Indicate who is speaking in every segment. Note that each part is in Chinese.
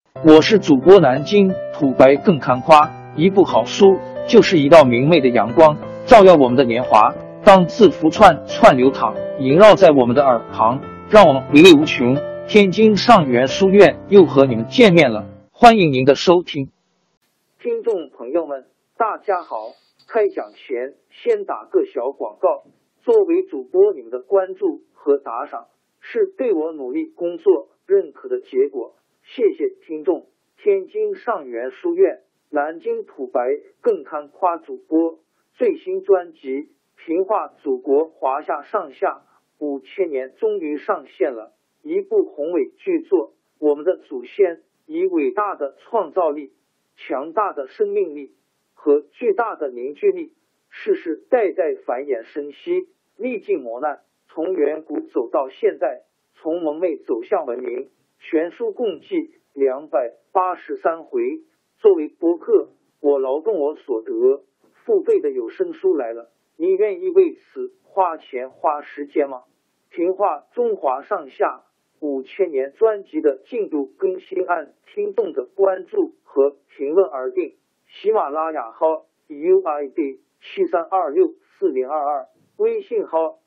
Speaker 1: 我是主播南京土白更看花，一部好书就是一道明媚的阳光，照耀我们的年华。当字符串流淌，萦绕在我们的耳旁，让我们回味无穷。天津上元书院又和你们见面了，欢迎您的收听。听众朋友们，大家好。开讲前先打个小广告，作为主播，你们的关注和打赏是对我努力工作认可的结果，谢谢听众。天津上元书院、南京土白更看花主播最新专辑《平话祖国华夏上下5000年》终于上线了，一部宏伟巨作。我们的祖先以伟大的创造力、强大的生命力和巨大的凝聚力，世世代代繁衍生息，历尽磨难，从远古走到现代，从蒙昧走向文明。全书共计283回。作为播客，我劳动我所得，付费的有声书来了，你愿意为此花钱花时间吗？评话中华上下5000年专辑的进度更新按听众的关注和评论而定。喜马拉雅号 UID 73264022，微信号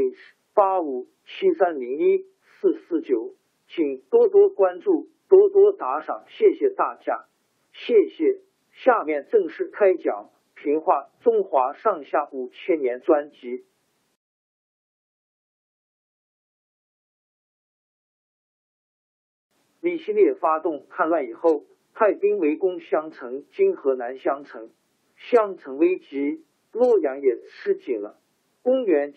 Speaker 1: SH8573014449，请多多关注，多多打赏，谢谢大家，谢谢。下面正式开讲评话中华上下5000年专辑。李希烈发动叛乱以后，派兵围攻襄城，今河南襄城。襄城危急，洛阳也吃紧了。公元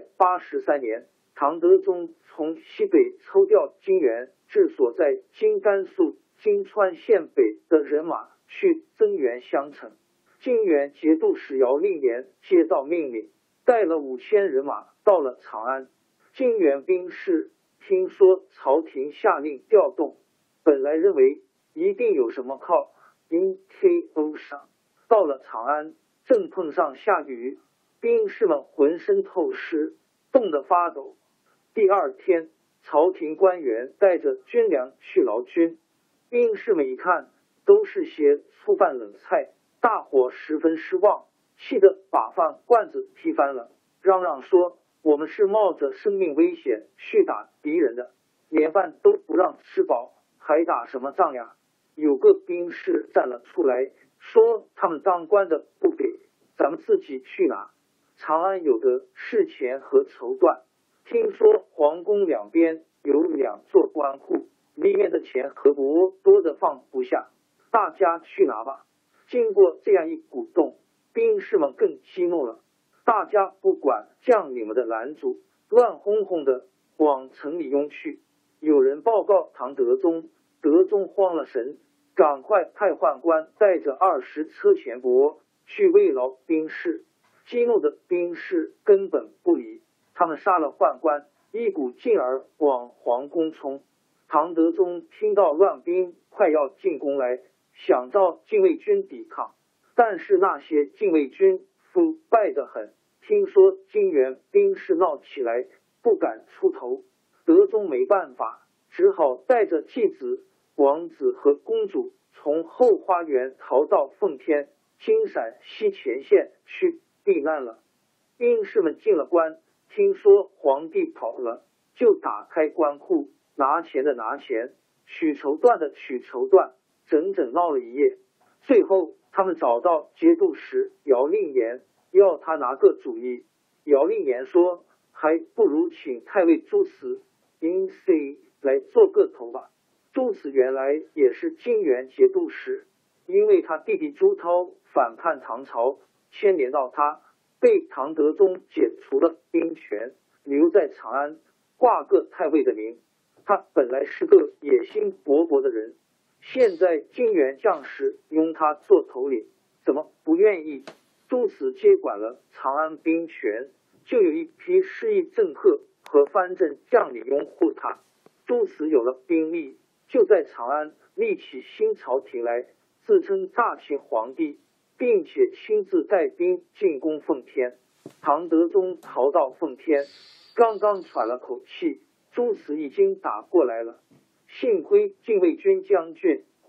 Speaker 1: 783年，唐德宗从西北抽调金元治所在今甘肃金川县北的人马去增援襄城。金元节度使姚令言接到命令，带了5000人马到了长安。金元兵士听说朝廷下令调动，本来认为一定有什么靠因 KO 上，到了长安正碰上下雨，兵士们浑身透湿，冻得发抖。第二天，朝廷官员带着军粮去劳军，兵士们一看都是些粗饭冷菜，大伙十分失望，气得把饭罐子踢翻了，嚷嚷说我们是冒着生命危险去打敌人的，连饭都不让吃饱，还打什么仗呀？有个兵士站了出来，说他们当官的不给，咱们自己去拿。长安有的是钱和绸缎，听说皇宫两边有2座官库，里面的钱和帛多得放不下，大家去拿吧。经过这样一鼓动，兵士们更激怒了，大家不管将领们的拦阻，乱哄哄的往城里拥去。有人报告唐德宗，德宗慌了神，赶快派宦官带着20车钱帛去慰劳兵士。激怒的兵士根本不理，他们杀了宦官，一股劲儿往皇宫冲。唐德宗听到乱兵快要进宫来，想召禁卫军抵抗，但是那些禁卫军腐败得很，听说金元兵士闹起来，不敢出头。德宗没办法，只好带着继子、王子和公主从后花园逃到奉天、金陕西前线去避难了。兵士们进了关，听说皇帝跑了，就打开官库，拿钱的拿钱，取绸缎的取绸缎，整整闹了一夜。最后他们找到节度使姚令言，要他拿个主意。姚令言说，还不如请太尉朱慈因 C 来做个头吧。朱慈原来也是金元节度使，因为他弟弟朱涛反叛唐朝，牵连到他，被唐德宗解除了兵权，留在长安挂个太尉的名。他本来是个野心勃勃的人，现在金元将士拥他做头领，怎么不愿意？朱慈接管了长安兵权，就有一批失意政客和藩镇将领拥护他。朱慈有了兵力，就在长安立起新朝廷来，自称大秦皇帝，并且亲自带兵进攻奉天。唐德宗逃到奉天，刚刚喘了口气，朱慈已经打过来了。幸亏禁卫军将军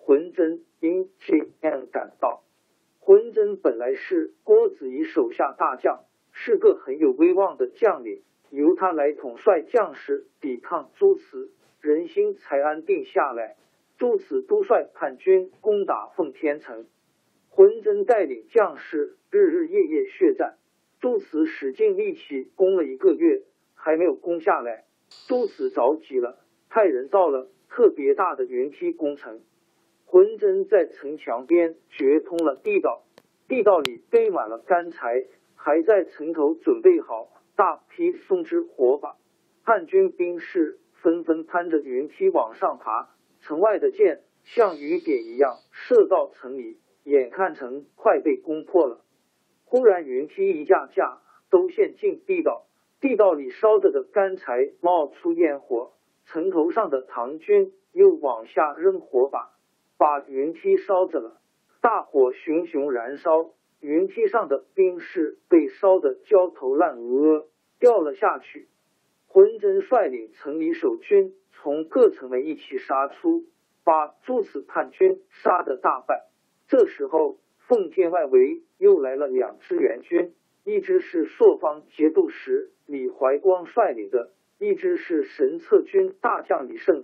Speaker 1: 浑真因这样感到。浑真本来是郭子仪手下大将，是个很有威望的将领，由他来统帅将士抵抗朱慈，人心才安定下来。朱慈督率叛军攻打奉天城，浑真带领将士日日夜夜血战，朱慈使尽力气攻了1个月，还没有攻下来。朱慈着急了，派人造了特别大的云梯攻城。浑真在城墙边掘通了地道，地道里堆满了干柴，还在城头准备好大批松枝火把。叛军兵士纷纷攀着云梯往上爬，城外的箭像雨点一样射到城里，眼看城快被攻破了。忽然云梯一架架都陷进地道，地道里烧着的干柴冒出烟火，城头上的唐军又往下扔火把，把云梯烧着了。大火熊熊燃烧，云梯上的兵士被烧得焦头烂额，掉了下去。浑真率领城里守军从各城门一起杀出，把诸此叛军杀得大败。这时候奉天外围又来了2支援军，一支是朔方节度使李怀光率领的，一支是神策军大将李胜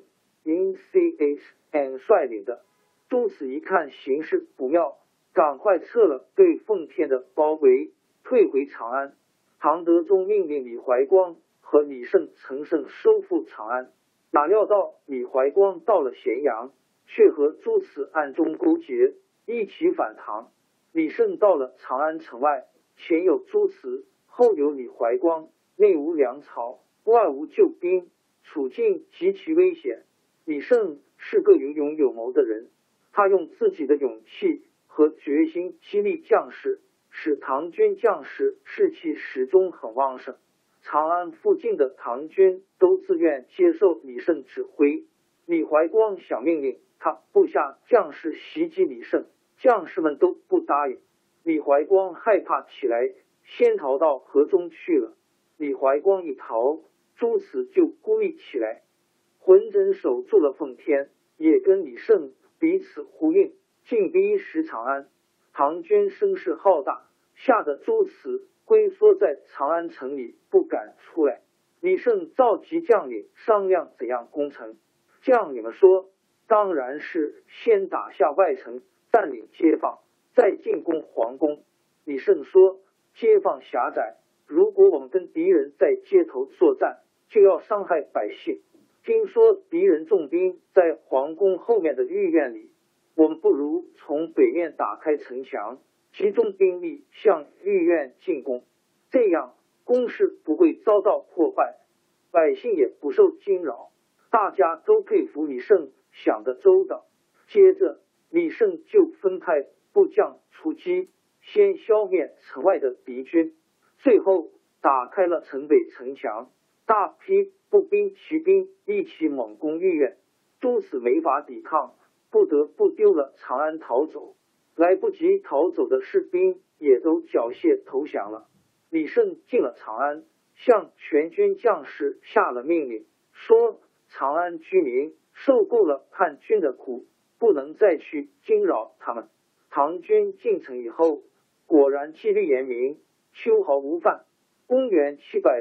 Speaker 1: 率领的。朱慈一看形势不妙，赶快撤了对奉天的包围，退回长安。唐德宗命令李怀光和李胜乘胜收复长安，哪料到李怀光到了咸阳，却和朱慈暗中勾结，一起反唐。李胜到了长安城外，前有朱慈，后有李怀光，内无粮草，外无救兵，处境极其危险。李胜是个有勇有谋的人，他用自己的勇气和决心激励将士，使唐军将士士气始终很旺盛。长安附近的唐军都自愿接受李胜指挥。李怀光想命令他部下将士袭击李胜，将士们都不答应。李怀光害怕起来，先逃到河中去了。李怀光一逃，朱慈就孤立起来。浑真守住了奉天，也跟李胜彼此呼应，进逼石长安。唐军声势浩大，吓得朱慈龟缩在长安城里不敢出来。李胜召集将领商量怎样攻城。将领们说，当然是先打下外城，占领街坊，再进攻皇宫。李胜说，街坊狭窄，如果我们跟敌人在街头作战，就要伤害百姓。听说敌人重兵在皇宫后面的御苑里，我们不如从北面打开城墙，集中兵力向御苑进攻，这样攻势不会遭到破坏，百姓也不受惊扰。大家都佩服李胜想得周到。接着李胜就分派部将出击，先消灭城外的敌军，最后打开了城北城墙，大批步兵骑兵一起猛攻御苑。朱慈没法抵抗，不得不丢了长安逃走。来不及逃走的士兵也都缴械投降了。李胜进了长安，向全军将士下了命令，说长安居民受够了叛军的苦，不能再去惊扰他们。唐军进城以后，果然纪律严明，秋毫无犯。公元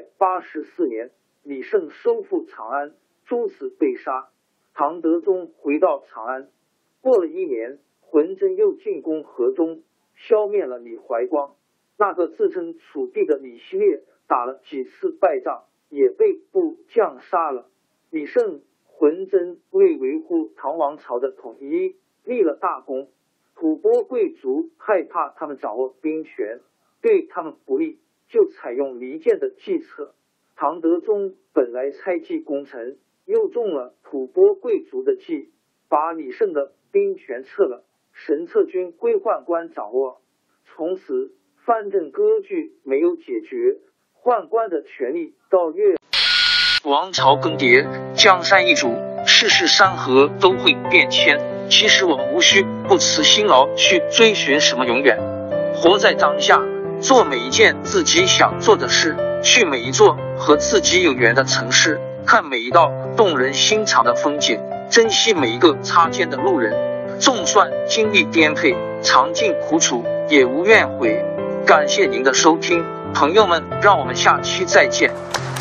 Speaker 1: 784年，李胜收复长安，朱慈被杀。唐德宗回到长安，过了1年，浑真又进攻河中，消灭了李怀光。那个自称楚地的李希烈打了几次败仗，也被部将杀了。李胜、浑真为维护唐王朝的统一立了大功。吐蕃贵族害怕他们掌握兵权，对他们不利，就采用离间的计策。唐德宗本来猜忌功臣，又中了吐蕃贵族的计，把李胜的兵权撤了，神策军归宦官掌握。从此藩镇割据没有解决，宦官的权力到越王朝更迭，江山易主，世事山河都会变迁。其实我们无需不辞辛劳去追寻什么永远，活在当下，做每一件自己想做的事，去每一座和自己有缘的城市，看每一道动人心肠的风景，珍惜每一个擦肩的路人。 纵算经历颠沛，尝尽苦楚，也无怨悔。感谢您的收听，朋友们，让我们下期再见。